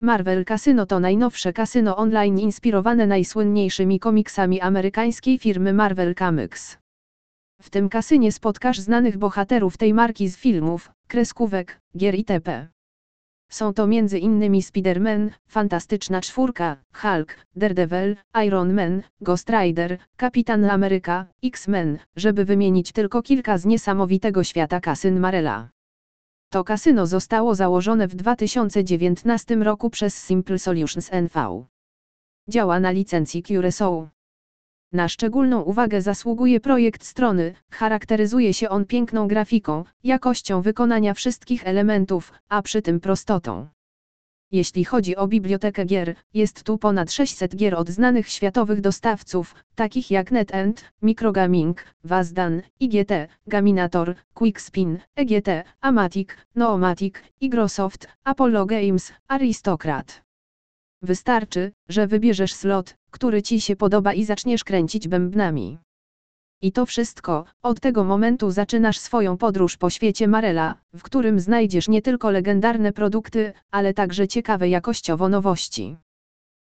Marvel Casino to najnowsze kasyno online inspirowane najsłynniejszymi komiksami amerykańskiej firmy Marvel Comics. W tym kasynie spotkasz znanych bohaterów tej marki z filmów, kreskówek, gier itp. Są to m.in. Spider-Man, Fantastyczna Czwórka, Hulk, Daredevil, Iron Man, Ghost Rider, Kapitan Ameryka, X-Men, żeby wymienić tylko kilka z niesamowitego świata kasyn Marvela. To kasyno zostało założone w 2019 roku przez Simple Solutions NV. Działa na licencji Curaçao. Na szczególną uwagę zasługuje projekt strony, charakteryzuje się on piękną grafiką, jakością wykonania wszystkich elementów, a przy tym prostotą. Jeśli chodzi o bibliotekę gier, jest tu ponad 600 gier od znanych światowych dostawców, takich jak NetEnt, Microgaming, Wazdan, IGT, Gaminator, Quickspin, EGT, Amatic, Noomatic, Igrosoft, Apollo Games, Aristocrat. Wystarczy, że wybierzesz slot, który Ci się podoba i zaczniesz kręcić bębnami. I to wszystko. Od tego momentu zaczynasz swoją podróż po świecie Marvela, w którym znajdziesz nie tylko legendarne produkty, ale także ciekawe jakościowo nowości.